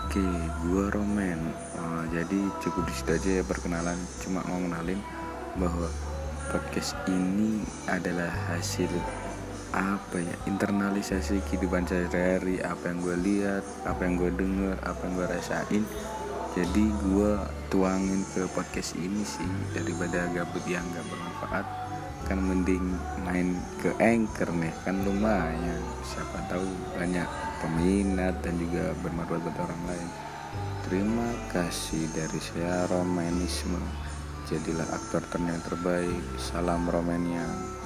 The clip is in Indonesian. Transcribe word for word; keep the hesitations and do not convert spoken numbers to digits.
Oke, gua Roman. Eh, jadi cukup di situ aja ya perkenalan. Cuma mau ngenalin bahwa podcast ini adalah hasil apa ya internalisasi kehidupan sehari-hari, apa yang gue lihat, apa yang gue denger, apa yang gue rasain. Jadi gue tuangin ke podcast ini sih, daripada gabut yang gak bermanfaat. Kan mending main ke Anchor nih, kan lumayan, siapa tahu banyak peminat dan juga bermanfaat buat orang lain. Terima kasih dari saya, Romanisme. Jadilah aktor yang terbaik. Salam Romania.